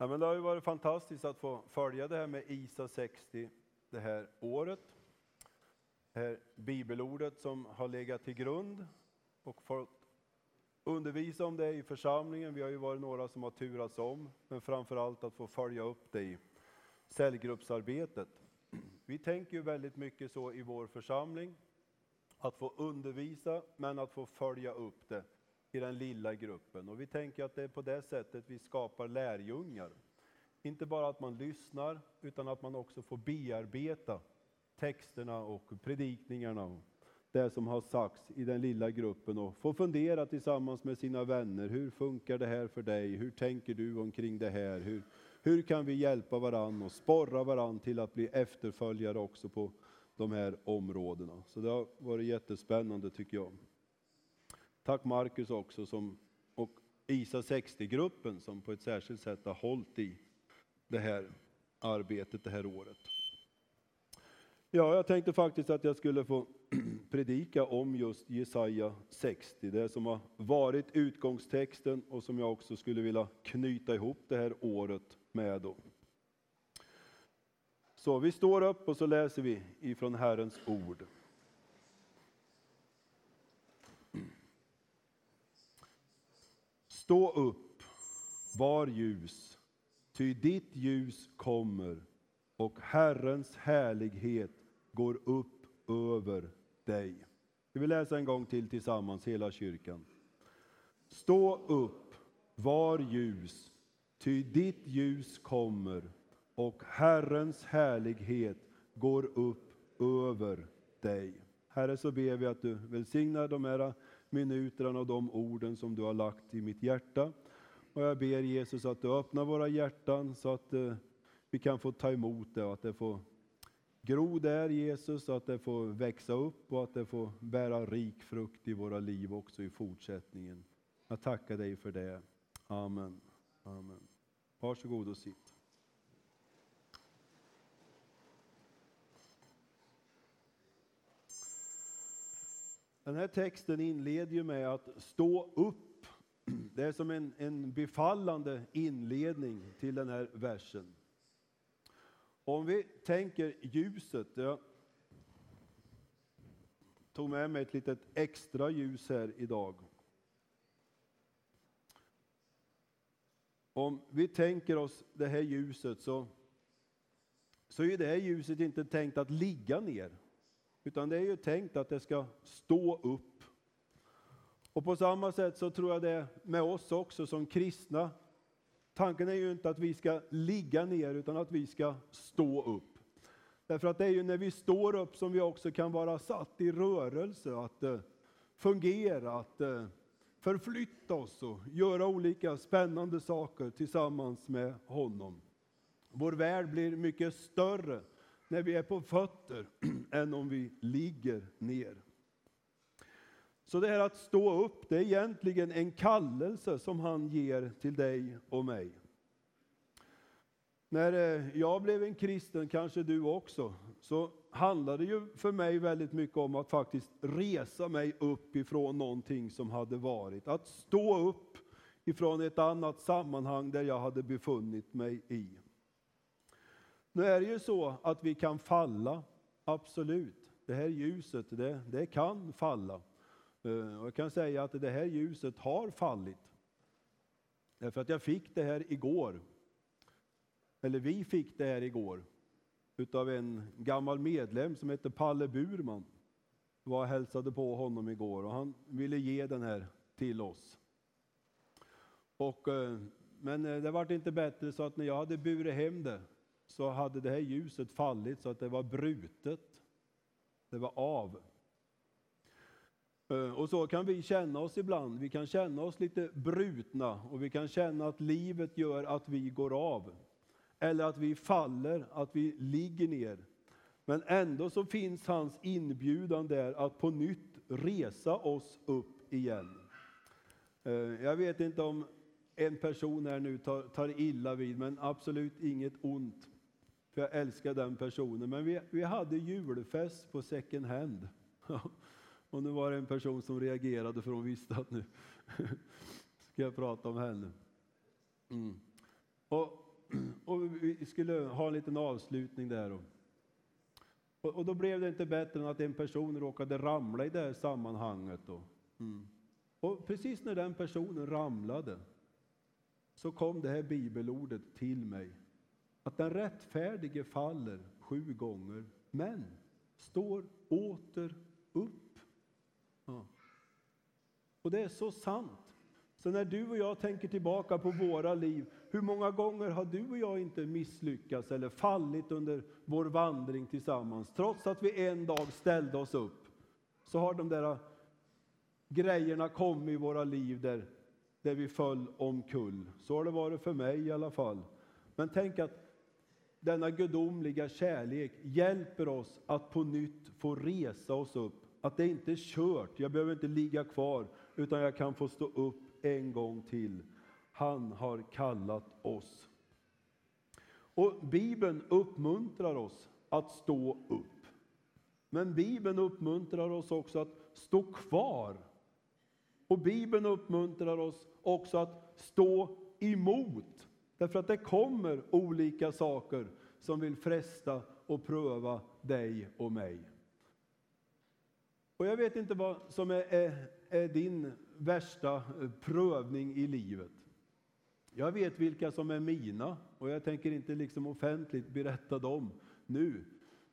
Ja, men det har ju varit fantastiskt att få följa det här med ISA 60 det här året. Det här bibelordet som har legat till grund och fått undervisa om det i församlingen. Vi har ju varit några som har turats om, men framförallt att få följa upp det i cellgruppsarbetet. Vi tänker ju väldigt mycket så i vår församling, att få undervisa men att få följa upp det i den lilla gruppen. Och vi tänker att det är på det sättet vi skapar lärjungar. Inte bara att man lyssnar, utan att man också får bearbeta texterna och predikningarna och det som har sagts i den lilla gruppen och få fundera tillsammans med sina vänner. Hur funkar det här för dig? Hur tänker du omkring det här? Hur kan vi hjälpa varandra och sporra varandra till att bli efterföljare också på de här områdena? Så det har varit jättespännande tycker jag. Tack Marcus också och ISA 60-gruppen som på ett särskilt sätt har hållit i det här arbetet det här året. Ja, jag tänkte faktiskt att jag skulle få predika om just Jesaja 60. Det som har varit utgångstexten och som jag också skulle vilja knyta ihop det här året med då. Så vi står upp och så läser vi ifrån Herrens ord. Stå upp, var ljus, ty ditt ljus kommer och Herrens härlighet går upp över dig. Vi vill läsa en gång till tillsammans, hela kyrkan. Stå upp, var ljus, ty ditt ljus kommer och Herrens härlighet går upp över dig. Herre, så ber vi att du välsignar de här minuterna och de orden som du har lagt i mitt hjärta. Och jag ber Jesus att du öppnar våra hjärtan så att vi kan få ta emot det och att det får gro där Jesus, så att det får växa upp och att det får bära rik frukt i våra liv också i fortsättningen. Jag tackar dig för det. Amen. Amen. Varsågod och sitt. Den här texten inleder ju med att stå upp. Det är som en befallande inledning till den här versen. Om vi tänker ljuset, jag tog med mig ett litet extra ljus här idag. Om vi tänker oss det här ljuset så är det här ljuset inte tänkt att ligga ner. Utan det är ju tänkt att det ska stå upp. Och på samma sätt så tror jag det är med oss också som kristna. Tanken är ju inte att vi ska ligga ner utan att vi ska stå upp. Därför att det är ju när vi står upp som vi också kan vara satt i rörelse. Att fungera, att förflytta oss och göra olika spännande saker tillsammans med honom. Vår värld blir mycket större när vi är på fötter än om vi ligger ner. Så det här att stå upp, det är egentligen en kallelse som han ger till dig och mig. När jag blev en kristen, kanske du också, så handlade det ju för mig väldigt mycket om att faktiskt resa mig upp ifrån någonting som hade varit. Att stå upp ifrån ett annat sammanhang där jag hade befunnit mig i. Nu är det ju så att vi kan falla, absolut. Det här ljuset, det kan falla. Och jag kan säga att det här ljuset har fallit. Därför att jag fick det här igår. Eller vi fick det här igår. Utav en gammal medlem som heter Palle Burman. Jag var och hälsade på honom igår och han ville ge den här till oss. Men det var inte bättre så att när jag hade burit hem det så hade det här ljuset fallit så att det var brutet. Det var av. Och så kan vi känna oss ibland. Vi kan känna oss lite brutna och vi kan känna att livet gör att vi går av. Eller att vi faller, att vi ligger ner. Men ändå så finns hans inbjudan där att på nytt resa oss upp igen. Jag vet inte om en person här nu tar illa vid, men absolut inget ont. För jag älskar den personen. Men vi hade julfest på second hand. Och nu var det en person som reagerade för hon visste att nu ska jag prata om henne. Och vi skulle ha en liten avslutning där. Och då blev det inte bättre än att en person råkade ramla i det här sammanhanget. Och precis när den personen ramlade så kom det här bibelordet till mig. Att den rättfärdige faller 7 gånger, men står åter upp. Ja. Och det är så sant. Så när du och jag tänker tillbaka på våra liv, hur många gånger har du och jag inte misslyckats eller fallit under vår vandring tillsammans? Trots att vi en dag ställde oss upp, så har de där grejerna kommit i våra liv där vi föll omkull. Så har det varit för mig i alla fall. Men tänk att denna gudomliga kärlek hjälper oss att på nytt få resa oss upp. Att det inte är kört, jag behöver inte ligga kvar, utan jag kan få stå upp en gång till. Han har kallat oss. Och Bibeln uppmuntrar oss att stå upp. Men Bibeln uppmuntrar oss också att stå kvar. Och Bibeln uppmuntrar oss också att stå emot. Därför att det kommer olika saker som vill fresta och pröva dig och mig. Och jag vet inte vad som är din värsta prövning i livet. Jag vet vilka som är mina, och jag tänker inte liksom offentligt berätta dem nu.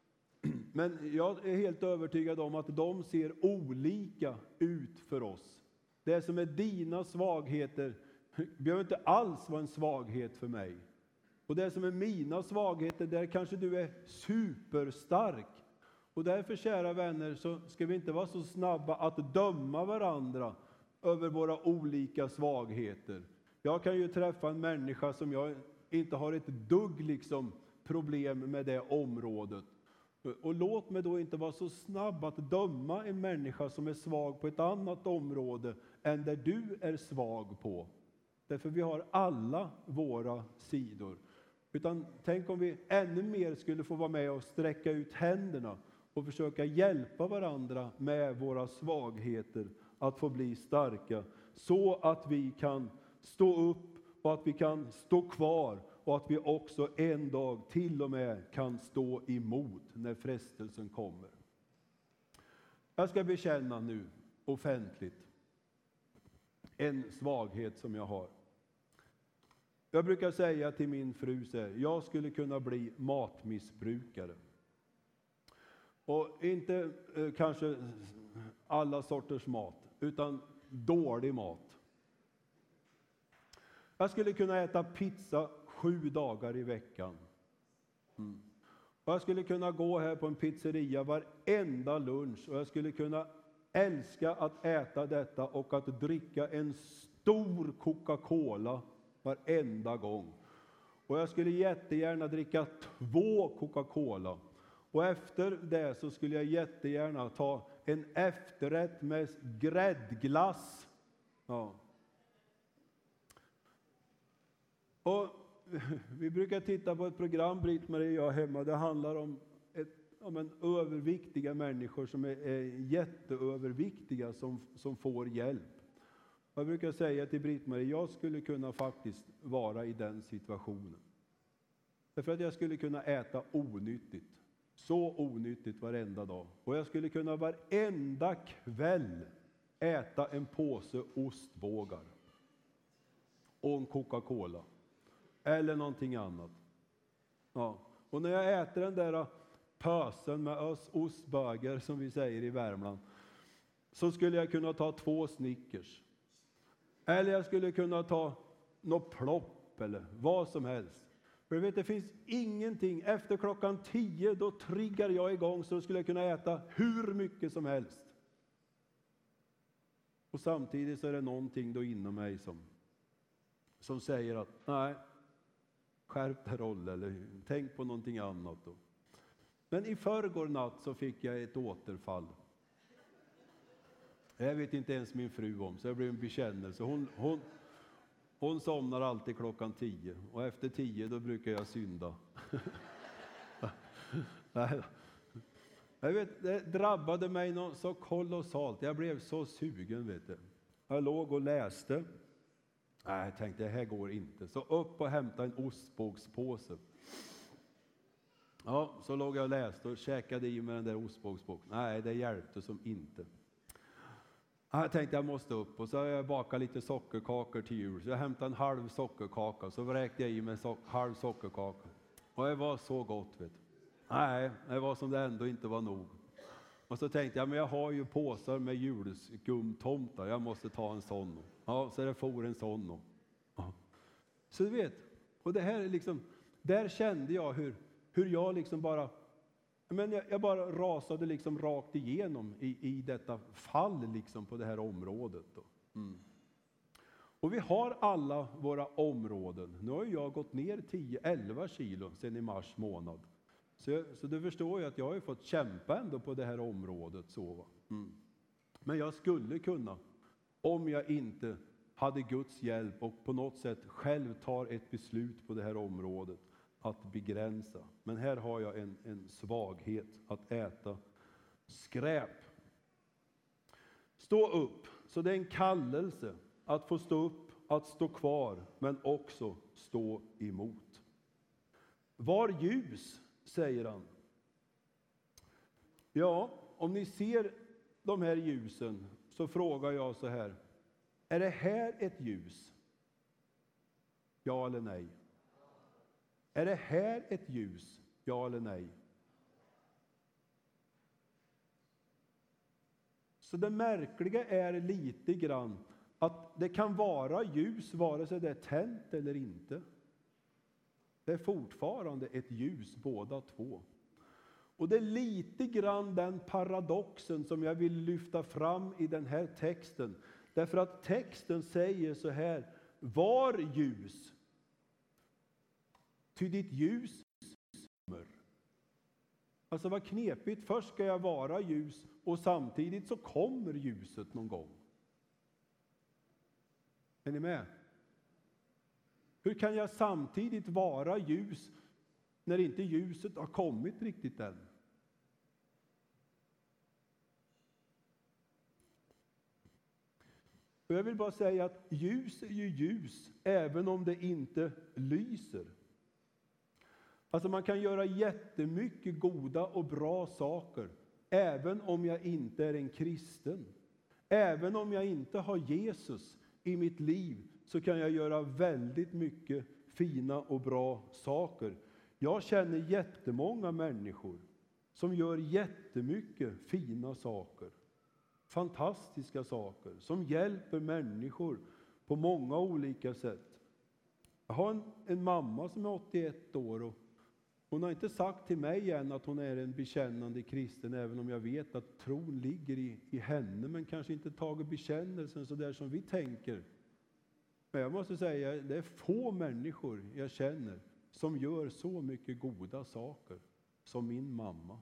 Men jag är helt övertygad om att de ser olika ut för oss. Det som är dina svagheter behöver inte alls vara en svaghet för mig. Och det som är mina svagheter, där kanske du är superstark. Och därför, kära vänner, så ska vi inte vara så snabba att döma varandra över våra olika svagheter. Jag kan ju träffa en människa som jag inte har ett dugg problem med det området. Och låt mig då inte vara så snabb att döma en människa som är svag på ett annat område än där du är svag på. Därför vi har alla våra sidor. Utan tänk om vi ännu mer skulle få vara med och sträcka ut händerna och försöka hjälpa varandra med våra svagheter att få bli starka. Så att vi kan stå upp och att vi kan stå kvar. Och att vi också en dag till och med kan stå emot när frestelsen kommer. Jag ska bekänna nu offentligt en svaghet som jag har. Jag brukar säga till min fru så här: jag skulle kunna bli matmissbrukare. Och inte kanske alla sorters mat, utan dålig mat. Jag skulle kunna äta pizza 7 dagar i veckan. Och jag skulle kunna gå här på en pizzeria varenda lunch. Och jag skulle kunna älska att äta detta och att dricka en stor Coca-Cola varenda gång. Och jag skulle jättegärna dricka 2 Coca-Cola. Och efter det så skulle jag jättegärna ta en efterrätt med gräddglass. Ja. Och vi brukar titta på ett program, Britt-Marie och jag hemma. Det handlar om överviktiga människor som är jätteöverviktiga som får hjälp. Jag brukar säga till Britt-Marie, jag skulle kunna faktiskt vara i den situationen. Därför att jag skulle kunna äta onyttigt. Så onyttigt varenda dag. Och jag skulle kunna varenda kväll äta en påse ostbågar. Och en Coca-Cola. Eller någonting annat. Ja. Och när jag äter den där pösen med ostbågar som vi säger i Värmland, så skulle jag kunna ta 2 Snickers. Eller jag skulle kunna ta något plopp eller vad som helst. För du vet, det finns ingenting. Efter klockan 10 då triggar jag igång, så skulle jag kunna äta hur mycket som helst. Och samtidigt så är det någonting då inom mig som säger att nej, skärp dig roll eller tänk på någonting annat då. Men i förrgår natt så fick jag ett återfall. Jag vet inte ens min fru om, så jag blev en bekännelse. Hon somnar alltid klockan 10 och efter 10 då brukar jag synda. Nej. Jag vet, det drabbade mig så kolossalt. Jag blev så sugen, vet du. Jag låg och läste Nej, jag tänkte, det här går inte. Så upp och hämta en ostbågspåse. Ja, så låg jag och läste och käkade i med den där ostbågspåsen. Nej, det hjälpte som inte. Jag tänkte jag måste upp, och så har jag bakat lite sockerkakor till jul. Så jag hämtade en halv sockerkaka, så vräkte jag i med halv sockerkaka. Och det var så gott, vet du. Nej, det var som det ändå inte var nog. Och så tänkte jag, men jag har ju påsar med julskumtomtar, jag måste ta en sån. Ja, så det får en sån. Ja. Så du vet, och det här är liksom, där kände jag hur jag liksom bara, men jag bara rasade liksom rakt igenom i detta fall liksom på det här området då. Och vi har alla våra områden. Nu har jag gått ner 10-11 kilo sedan i mars månad. Så du förstår ju att jag har ju fått kämpa ändå på det här området. Så. Men jag skulle kunna, om jag inte hade Guds hjälp och på något sätt själv tar ett beslut på det här området, att begränsa. Men här har jag en svaghet att äta skräp. Stå upp, så det är en kallelse att få stå upp, att stå kvar, men också stå emot. Var ljus, säger han. Ja, om ni ser de här ljusen så frågar jag så här. Är det här ett ljus? Ja eller nej? Är det här ett ljus? Ja eller nej? Så det märkliga är lite grann att det kan vara ljus vare sig det är tänt eller inte. Det är fortfarande ett ljus båda två. Och det är lite grann den paradoxen som jag vill lyfta fram i den här texten. Därför att texten säger så här: var ljus, ty ditt ljus kommer. Alltså vad knepigt, först ska jag vara ljus och samtidigt så kommer ljuset någon gång. Är ni med? Hur kan jag samtidigt vara ljus när inte ljuset har kommit riktigt än? Och jag vill bara säga att ljus är ju ljus även om det inte lyser. Alltså man kan göra jättemycket goda och bra saker även om jag inte är en kristen. Även om jag inte har Jesus i mitt liv så kan jag göra väldigt mycket fina och bra saker. Jag känner jättemånga människor som gör jättemycket fina saker. Fantastiska saker som hjälper människor på många olika sätt. Jag har en mamma som är 81 år och hon har inte sagt till mig än att hon är en bekännande kristen, även om jag vet att tron ligger i henne, men kanske inte tagit bekännelsen så där som vi tänker. Men jag måste säga, det är få människor jag känner som gör så mycket goda saker som min mamma.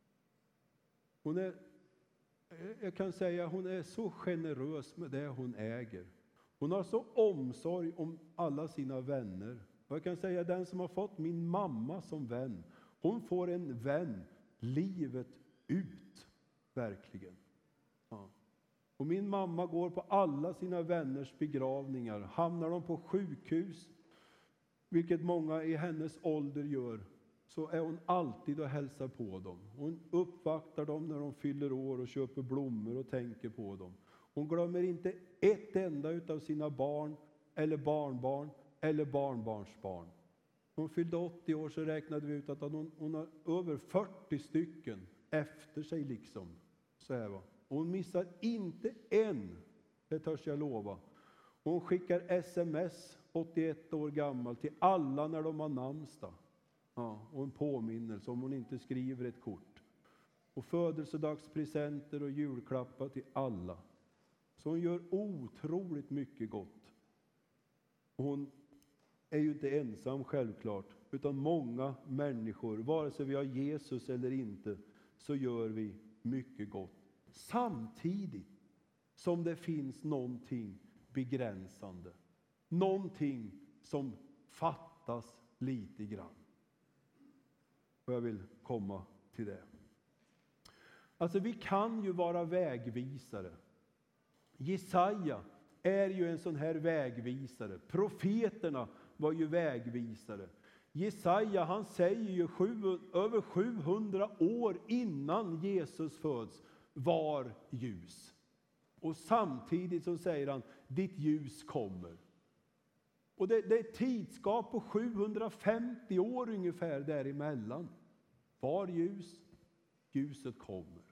Jag kan säga hon är så generös med det hon äger. Hon har så omsorg om alla sina vänner. Och jag kan säga den som har fått min mamma som vän, hon får en vän livet ut, verkligen. Ja. Och min mamma går på alla sina vänners begravningar. Hamnar de på sjukhus, vilket många i hennes ålder gör, så är hon alltid och hälsar på dem. Hon uppvaktar dem när de fyller år och köper blommor och tänker på dem. Hon glömmer inte ett enda utav sina barn eller barnbarn eller barnbarnsbarn. Hon fyllde 80 år så räknade vi ut att hon har över 40 stycken efter sig liksom. Så här va. Och hon missar inte en, det törs jag lova. Och hon skickar sms 81 år gammal till alla när de har namnsdag. Ja, och en påminnelse om hon inte skriver ett kort. Och födelsedagspresenter och julklappar till alla. Så hon gör otroligt mycket gott. Och hon är ju inte ensam självklart, utan många människor, vare sig vi har Jesus eller inte, så gör vi mycket gott. Samtidigt som det finns någonting begränsande. Någonting som fattas lite grann. Och jag vill komma till det. Alltså vi kan ju vara vägvisare. Jesaja är ju en sån här vägvisare. Profeterna var ju vägvisare. Jesaja, han säger ju över 700 år innan Jesus föds, var ljus. Och samtidigt så säger han, ditt ljus kommer. Och det är ett tidskap på 750 år ungefär däremellan. Var ljus, ljuset kommer.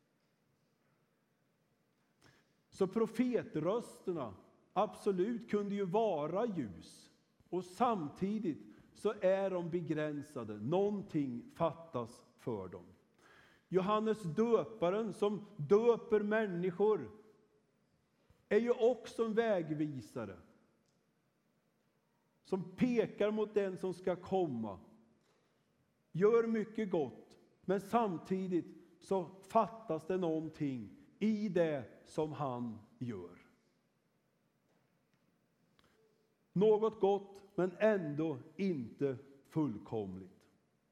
Så profetrösterna absolut kunde ju vara ljus. Och samtidigt så är de begränsade. Någonting fattas för dem. Johannes döparen som döper människor är ju också en vägvisare. Som pekar mot den som ska komma. Gör mycket gott, men samtidigt så fattas det någonting i det som han gör. Något gott, men ändå inte fullkomligt.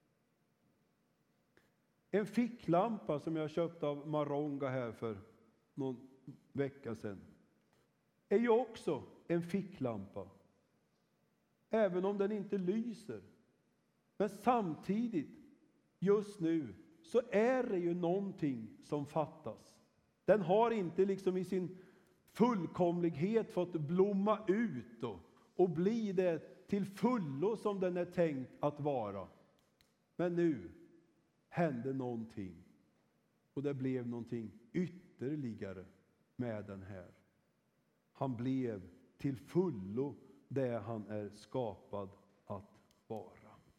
En ficklampa som jag köpte av Maronga här för någon vecka sedan är ju också en ficklampa. Även om den inte lyser. Men samtidigt, just nu, så är det ju någonting som fattas. Den har inte liksom i sin fullkomlighet fått blomma ut och bli det till fullo som den är tänkt att vara. Men nu hände någonting. Och det blev någonting ytterligare med den här. Han blev till fullo det han är skapad att vara.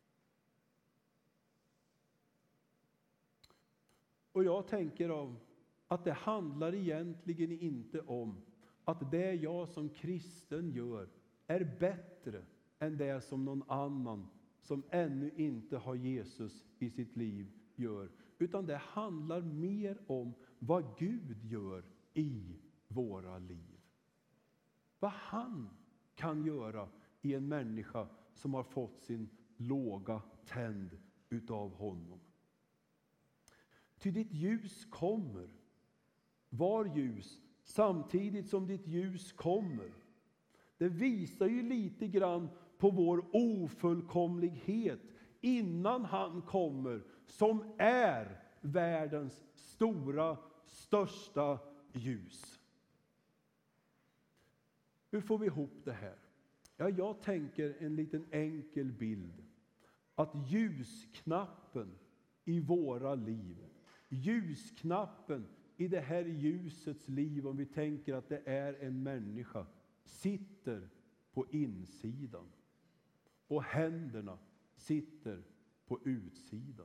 Och jag tänker att det handlar egentligen inte om att det jag som kristen gör är bättre än det som någon annan som ännu inte har Jesus i sitt liv gör. Utan det handlar mer om vad Gud gör i våra liv. Vad han kan göra i en människa som har fått sin låga tänd utav honom. Ty ditt ljus kommer. Var ljus samtidigt som ditt ljus kommer. Det visar ju lite grann på vår ofullkomlighet innan han kommer, som är världens största ljus. Hur får vi ihop det här? Ja, jag tänker en liten enkel bild. Att ljusknappen i våra liv, ljusknappen i det här ljusets liv, om vi tänker att det är en människa, sitter på insidan. Och händerna sitter på utsidan.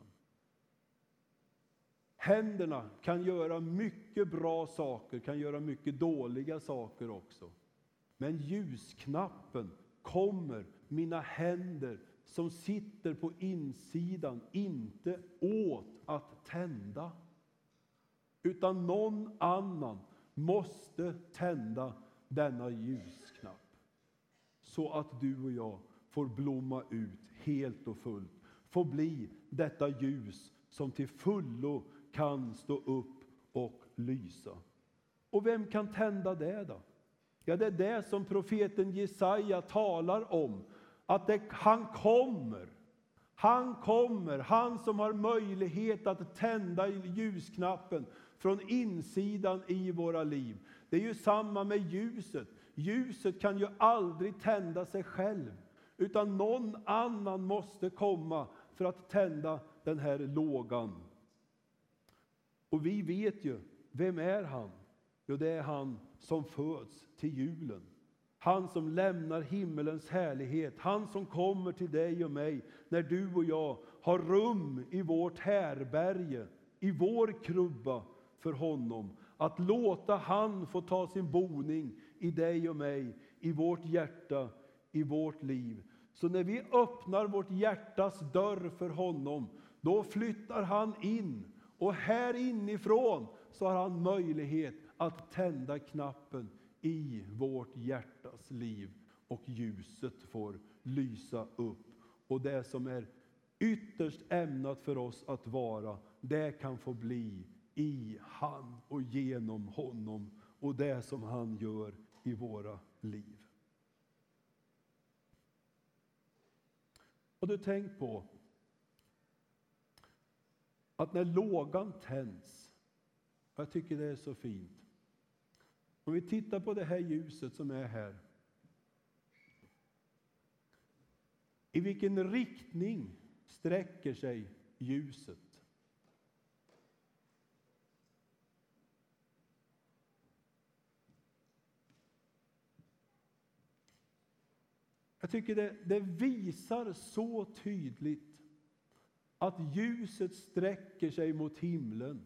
Händerna kan göra mycket bra saker, kan göra mycket dåliga saker också. Men ljusknappen kommer mina händer som sitter på insidan inte åt att tända. Utan någon annan måste tända denna ljusknapp. Så att du och jag får blomma ut helt och fullt. Får bli detta ljus som till fullo kan stå upp och lysa. Och vem kan tända det då? Ja, det är det som profeten Jesaja talar om. Att han kommer. Han kommer. Han som har möjlighet att tända ljusknappen från insidan i våra liv. Det är ju samma med ljuset. Ljuset kan ju aldrig tända sig själv. Utan någon annan måste komma för att tända den här lågan. Och vi vet ju, vem är han? Jo, det är han som föds till julen. Han som lämnar himmelens härlighet. Han som kommer till dig och mig när du och jag har rum i vårt härberge, i vår krubba för honom. Att låta han få ta sin boning i dig och mig, i vårt hjärta, i vårt liv. Så när vi öppnar vårt hjärtas dörr för honom, då flyttar han in. Och här inifrån så har han möjlighet att tända knappen i vårt hjärtas liv. Och ljuset får lysa upp. Och det som är ytterst ämnat för oss att vara, det kan få bli i han och genom honom. Och det som han gör i våra liv. Och du tänk på att när lågan tänds, jag tycker det är så fint. Om vi tittar på det här ljuset som är här. I vilken riktning sträcker sig ljuset? Jag tycker det visar så tydligt att ljuset sträcker sig mot himlen.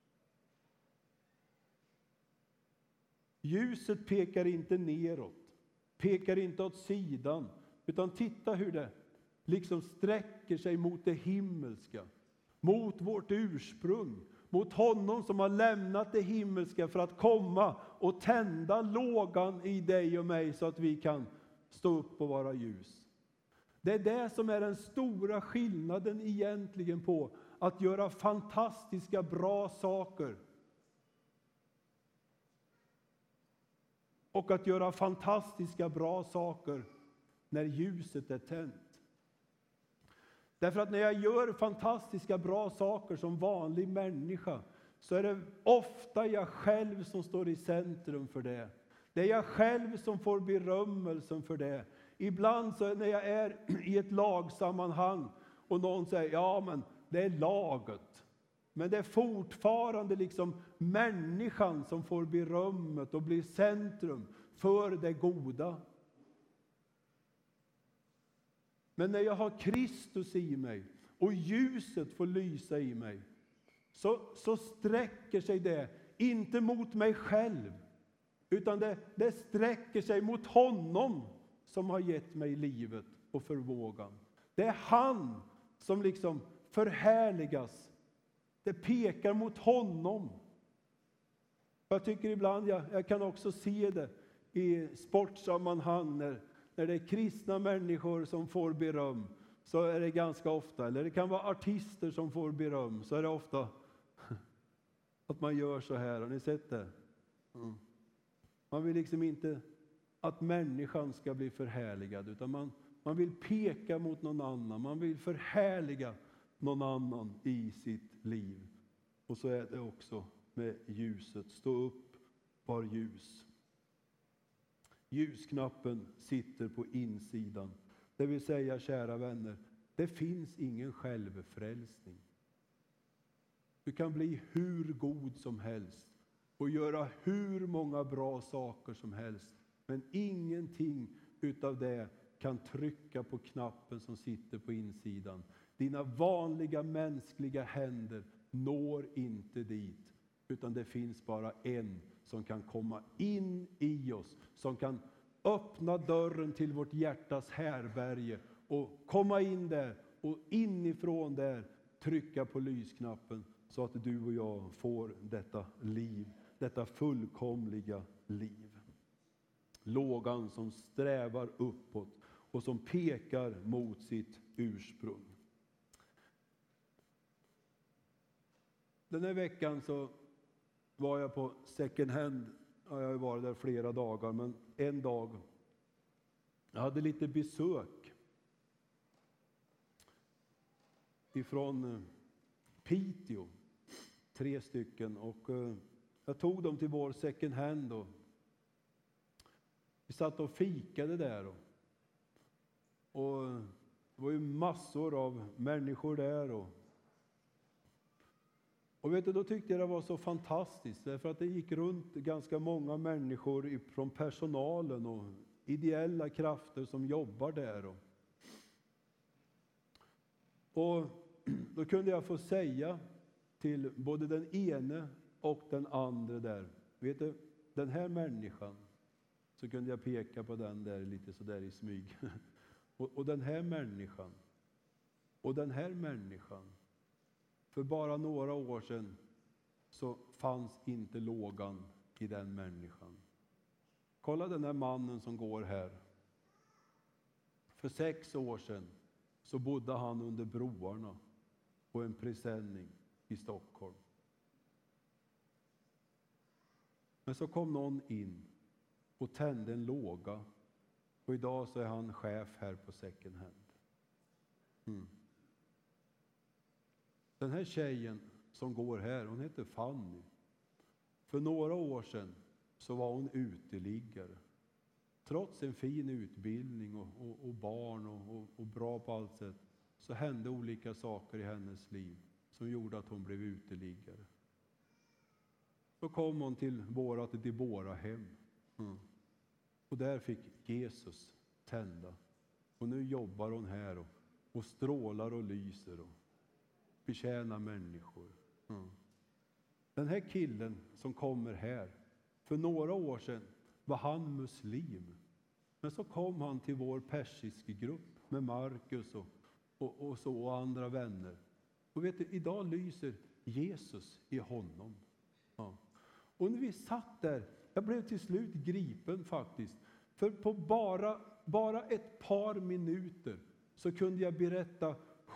Ljuset pekar inte neråt, pekar inte åt sidan, utan titta hur det liksom sträcker sig mot det himmelska, mot vårt ursprung, mot honom som har lämnat det himmelska för att komma och tända lågan i dig och mig så att vi kan stå upp och vara ljus. Det är det som är den stora skillnaden egentligen på att göra fantastiska bra saker och att göra fantastiska bra saker när ljuset är tänt. Därför att när jag gör fantastiska bra saker som vanlig människa så är det ofta jag själv som står i centrum för det. Det är jag själv som får berömmelsen för det. Ibland så när jag är i ett lagsammanhang och någon säger ja men det är laget. Men det är fortfarande liksom människan som får berömmet och blir centrum för det goda. Men när jag har Kristus i mig och ljuset får lysa i mig så sträcker sig det inte mot mig själv utan det sträcker sig mot honom som har gett mig livet och förmågan. Det är han som liksom förhärligas. Det pekar mot honom. Jag tycker ibland jag kan också se det i sportsammanhang när det är kristna människor som får beröm, så är det ganska ofta, eller det kan vara artister som får beröm, så är det ofta att man gör så här. Har ni sett det? Mm. Man vill liksom inte att människan ska bli förhärligad, utan man vill peka mot någon annan. Man vill förhärliga någon annan i sitt liv. Och så är det också med ljuset. Stå upp, var ljus. Ljusknappen sitter på insidan. Det vill säga, kära vänner, det finns ingen självfrälsning. Du kan bli hur god som helst och göra hur många bra saker som helst. Men ingenting utav det kan trycka på knappen som sitter på insidan. Dina vanliga mänskliga händer når inte dit. Utan det finns bara en som kan komma in i oss. Som kan öppna dörren till vårt hjärtas härberge och komma in där och inifrån där trycka på lysknappen så att du och jag får detta liv, detta fullkomliga liv. Lågan som strävar uppåt och som pekar mot sitt ursprung. Den här veckan så var jag på second hand. Jag har varit där flera dagar, men en dag jag hade lite besök ifrån Piteå, 3 stycken, och jag tog dem till vår second hand och vi satt och fikade där och det var ju massor av människor där och vet du, då tyckte jag det var så fantastiskt därför att det gick runt ganska många människor från personalen och ideella krafter som jobbar där och då kunde jag få säga till både den ene och den andra där, vet du, den här människan, så kunde jag peka på den där lite så där i smyg. Och den här människan. Och den här människan. För bara några år sedan så fanns inte lågan i den människan. Kolla den här mannen som går här. För 6 år sedan så bodde han under broarna på en presenning i Stockholm. Men så kom någon in och tände en låga. Och idag så är han chef här på Second Hand. Den här tjejen som går här, hon heter Fanny. För några år sedan så var hon uteliggare. Trots en fin utbildning och barn och bra på allt sätt, så hände olika saker i hennes liv som gjorde att hon blev uteliggare. Så kom hon till vårat Debora-hem. Och där fick Jesus tända. Och nu jobbar hon här och strålar och lyser och betjänar människor. Den här killen som kommer här, för några år sedan var han muslim. Men så kom han till vår persiska grupp med Markus och andra vänner. Och vet du, idag lyser Jesus i honom. Och när vi satt där, jag blev till slut gripen faktiskt. För på bara ett par minuter så kunde jag berätta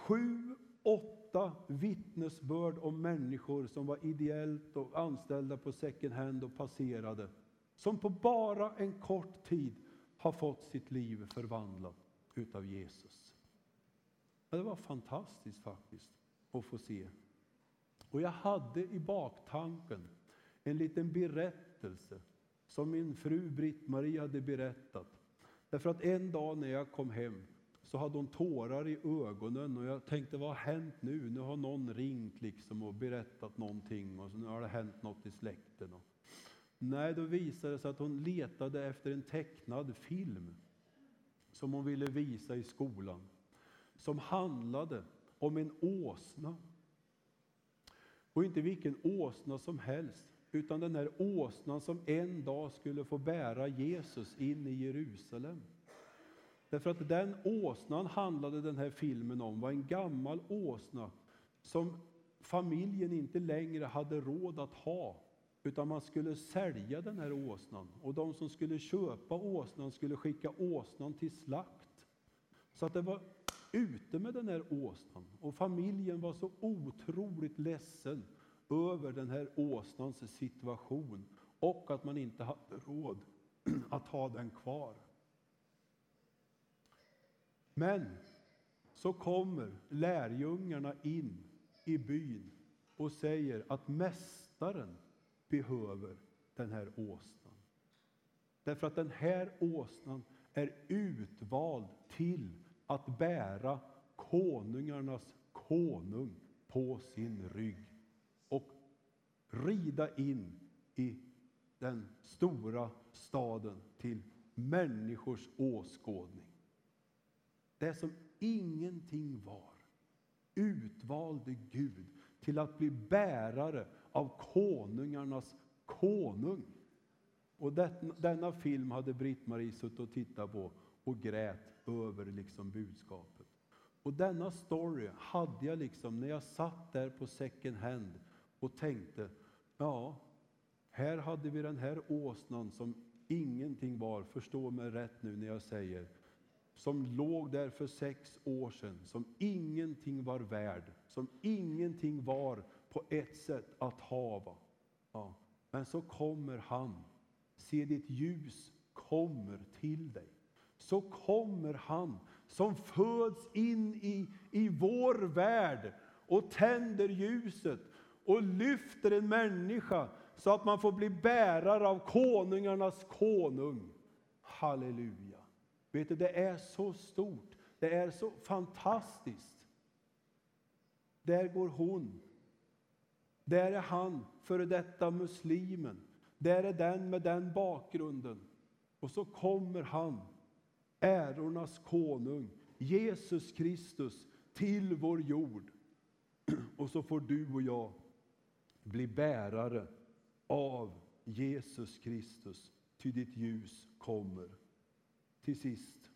7-8 vittnesbörd om människor som var ideellt och anställda på Second Hand och passerade. Som på bara en kort tid har fått sitt liv förvandlat utav Jesus. Det var fantastiskt faktiskt att få se. Och jag hade i baktanken en liten berättelse som min fru Britt-Marie hade berättat. Därför att en dag när jag kom hem så hade hon tårar i ögonen och jag tänkte, vad har hänt nu? Nu har någon ringt liksom och berättat någonting och så nu har det hänt något i släkten. Nej, då visade det sig att hon letade efter en tecknad film som hon ville visa i skolan. Som handlade om en åsna. Och inte vilken åsna som helst, utan den här åsnan som en dag skulle få bära Jesus in i Jerusalem. Därför att den åsnan handlade den här filmen om var en gammal åsna som familjen inte längre hade råd att ha. Utan man skulle sälja den här åsnan. Och de som skulle köpa åsnan skulle skicka åsnan till slakt. Så att det var ute med den här åsnan. Och familjen var så otroligt ledsen över den här åsnans situation. Och att man inte hade råd att ha den kvar. Men så kommer lärjungarna in i byn och säger att mästaren behöver den här åsnan. Därför att den här åsnan är utvald till att bära konungarnas konung på sin rygg och rida in i den stora staden till människors åskådning. Det som ingenting var, utvalde Gud till att bli bärare av konungarnas konung. Och denna film hade Britt-Marie suttit och tittat på och grät över liksom budskapet. Och denna story hade jag liksom när jag satt där på Second Hand och tänkte, ja, här hade vi den här åsnan som ingenting var, förstå mig rätt nu när jag säger, som låg där för 6 år sedan, som ingenting var värd, som ingenting var på ett sätt att hava. Ja. Men så kommer han, se ditt ljus kommer till dig. Så kommer han som föds in i vår värld och tänder ljuset och lyfter en människa så att man får bli bärare av konungarnas konung. Halleluja. Vet du, det är så stort. Det är så fantastiskt. Där går hon. Där är han, före detta muslimen. Där är den med den bakgrunden. Och så kommer han, ärornas konung, Jesus Kristus, till vår jord. Och så får du och jag bli bärare av Jesus Kristus, till ditt ljus kommer. Till sist.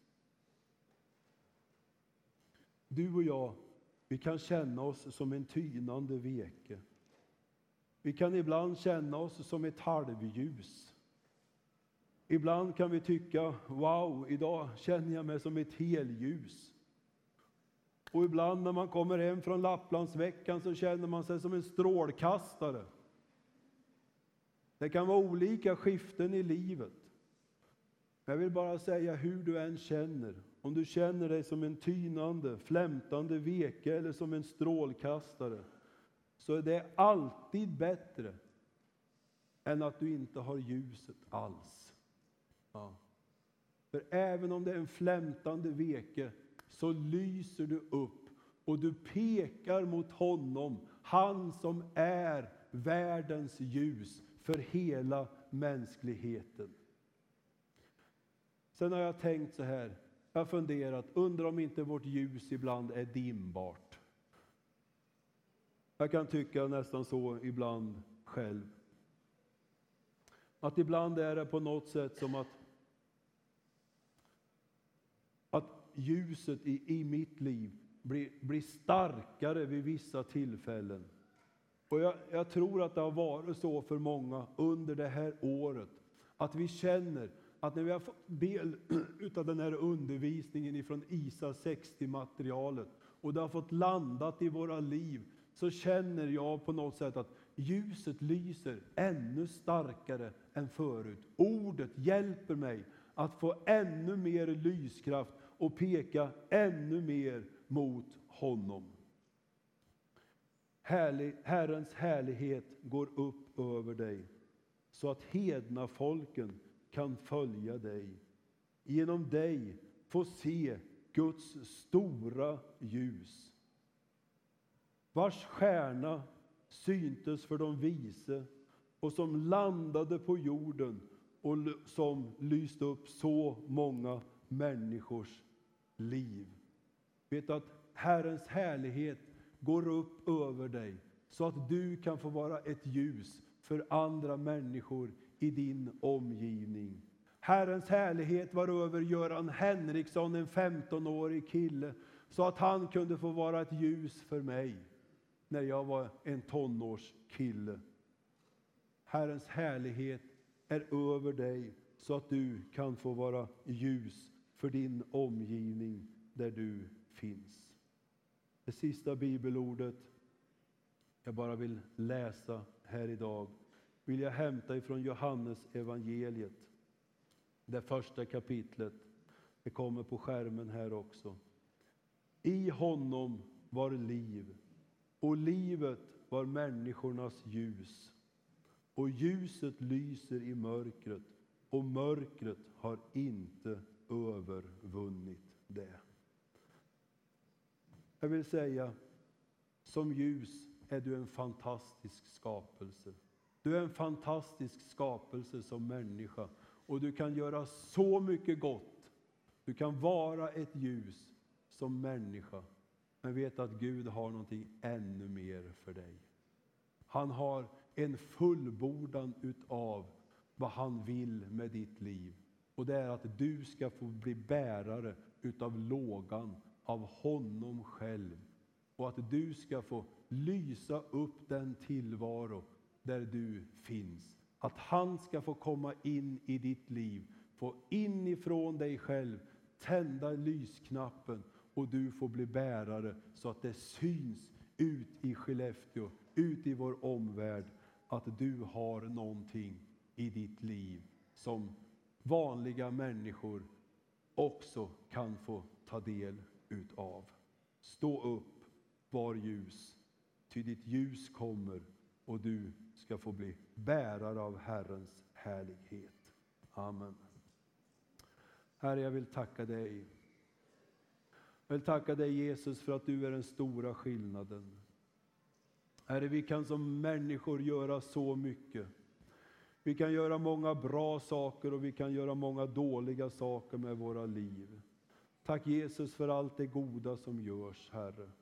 Du och jag, vi kan känna oss som en tynande veke. Vi kan ibland känna oss som ett halvljus. Ibland kan vi tycka, wow, idag känner jag mig som ett helljus. Och ibland när man kommer hem från Lapplandsveckan så känner man sig som en strålkastare. Det kan vara olika skiften i livet. Jag vill bara säga, hur du än känner, om du känner dig som en tynande, flämtande veke eller som en strålkastare, så är det alltid bättre än att du inte har ljuset alls. Ja. För även om det är en flämtande veke, så lyser du upp och du pekar mot honom, han som är världens ljus för hela mänskligheten. Sen har jag tänkt så här, jag har funderat, undrar om inte vårt ljus ibland är dimbart. Jag kan tycka nästan så ibland själv. Att ibland är det på något sätt som att ljuset i mitt liv blir starkare vid vissa tillfällen. Och jag tror att det har varit så för många under det här året. Att vi känner att när vi har fått del utav den här undervisningen ifrån ISA 60-materialet och det har fått landat i våra liv, så känner jag på något sätt att ljuset lyser ännu starkare än förut. Ordet hjälper mig att få ännu mer lyskraft och peka ännu mer mot honom. Herrens härlighet går upp över dig, så att hedna folken kan följa dig. Genom dig få se Guds stora ljus, vars stjärna syntes för de vise och som landade på jorden och som lyste upp så många människors liv. Vet att Herrens härlighet går upp över dig, så att du kan få vara ett ljus för andra människor i din omgivning. Herrens härlighet var över Göran Henriksson, en 15-årig kille, så att han kunde få vara ett ljus för mig när jag var en tonårskille. Herrens härlighet är över dig, så att du kan få vara ljus för din omgivning där du finns. Det sista bibelordet jag bara vill läsa här idag vill jag hämta ifrån Johannes evangeliet. Det första kapitlet. Det kommer på skärmen här också. I honom var liv, och livet var människornas ljus. Och ljuset lyser i mörkret, och mörkret har inte övervunnit det. Jag vill säga, som ljus är du en fantastisk skapelse. Du är en fantastisk skapelse som människa. Och du kan göra så mycket gott. Du kan vara ett ljus som människa. Men vet att Gud har någonting ännu mer för dig. Han har en fullbordan utav vad han vill med ditt liv. Och det är att du ska få bli bärare utav lågan av honom själv. Och att du ska få lysa upp den tillvaro där du finns. Att han ska få komma in i ditt liv. Få inifrån dig själv tända lysknappen. Och du får bli bärare så att det syns ut i Skellefteå, ut i vår omvärld. Att du har någonting i ditt liv som vanliga människor också kan få ta del utav. Stå upp, var ljus, ty ditt ljus kommer och du ska få bli bärare av Herrens härlighet. Amen. Herre, jag vill tacka dig. Jag vill tacka dig, Jesus, för att du är den stora skillnaden. Herre, vi kan som människor göra så mycket. Vi kan göra många bra saker och vi kan göra många dåliga saker med våra liv. Tack Jesus för allt det goda som görs, Herre.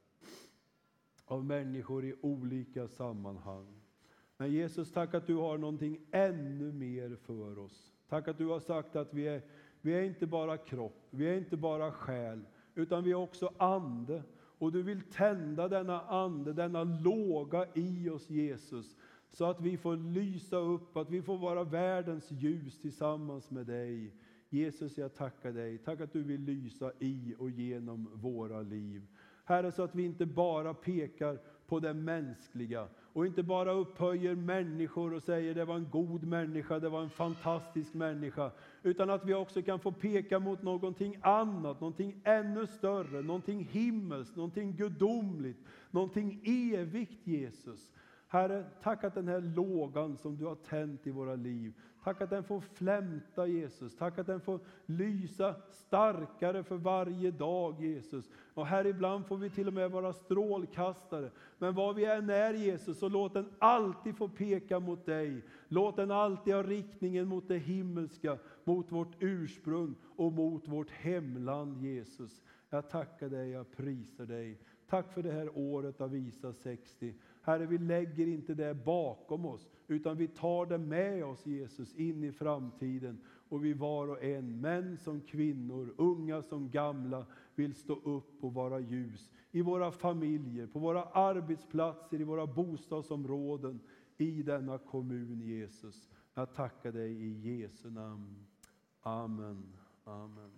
Av människor i olika sammanhang. Men Jesus, tack att du har någonting ännu mer för oss. Tack att du har sagt att vi är inte bara kropp, vi är inte bara själ, utan vi är också ande. Och du vill tända denna ande, denna låga i oss, Jesus. Så att vi får lysa upp, att vi får vara världens ljus tillsammans med dig. Jesus, jag tackar dig. Tack att du vill lysa i och genom våra liv. Herre, så att vi inte bara pekar på det mänskliga och inte bara upphöjer människor och säger det var en god människa, det var en fantastisk människa, utan att vi också kan få peka mot någonting annat, någonting ännu större, någonting himmelskt, någonting gudomligt, någonting evigt, Jesus. Herre, tack att den här lågan som du har tänt i våra liv, tack att den får flämta, Jesus. Tack att den får lysa starkare för varje dag, Jesus. Och här ibland får vi till och med vara strålkastare. Men vad vi än är, Jesus, så låt den alltid få peka mot dig. Låt den alltid ha riktningen mot det himmelska, mot vårt ursprung och mot vårt hemland, Jesus. Jag tackar dig, jag prisar dig. Tack för det här året av Isa 60. Herre, vi lägger inte det bakom oss, utan vi tar det med oss, Jesus, in i framtiden. Och vi var och en, män som kvinnor, unga som gamla, vill stå upp och vara ljus. I våra familjer, på våra arbetsplatser, i våra bostadsområden, i denna kommun, Jesus. Jag tackar dig i Jesu namn. Amen. Amen.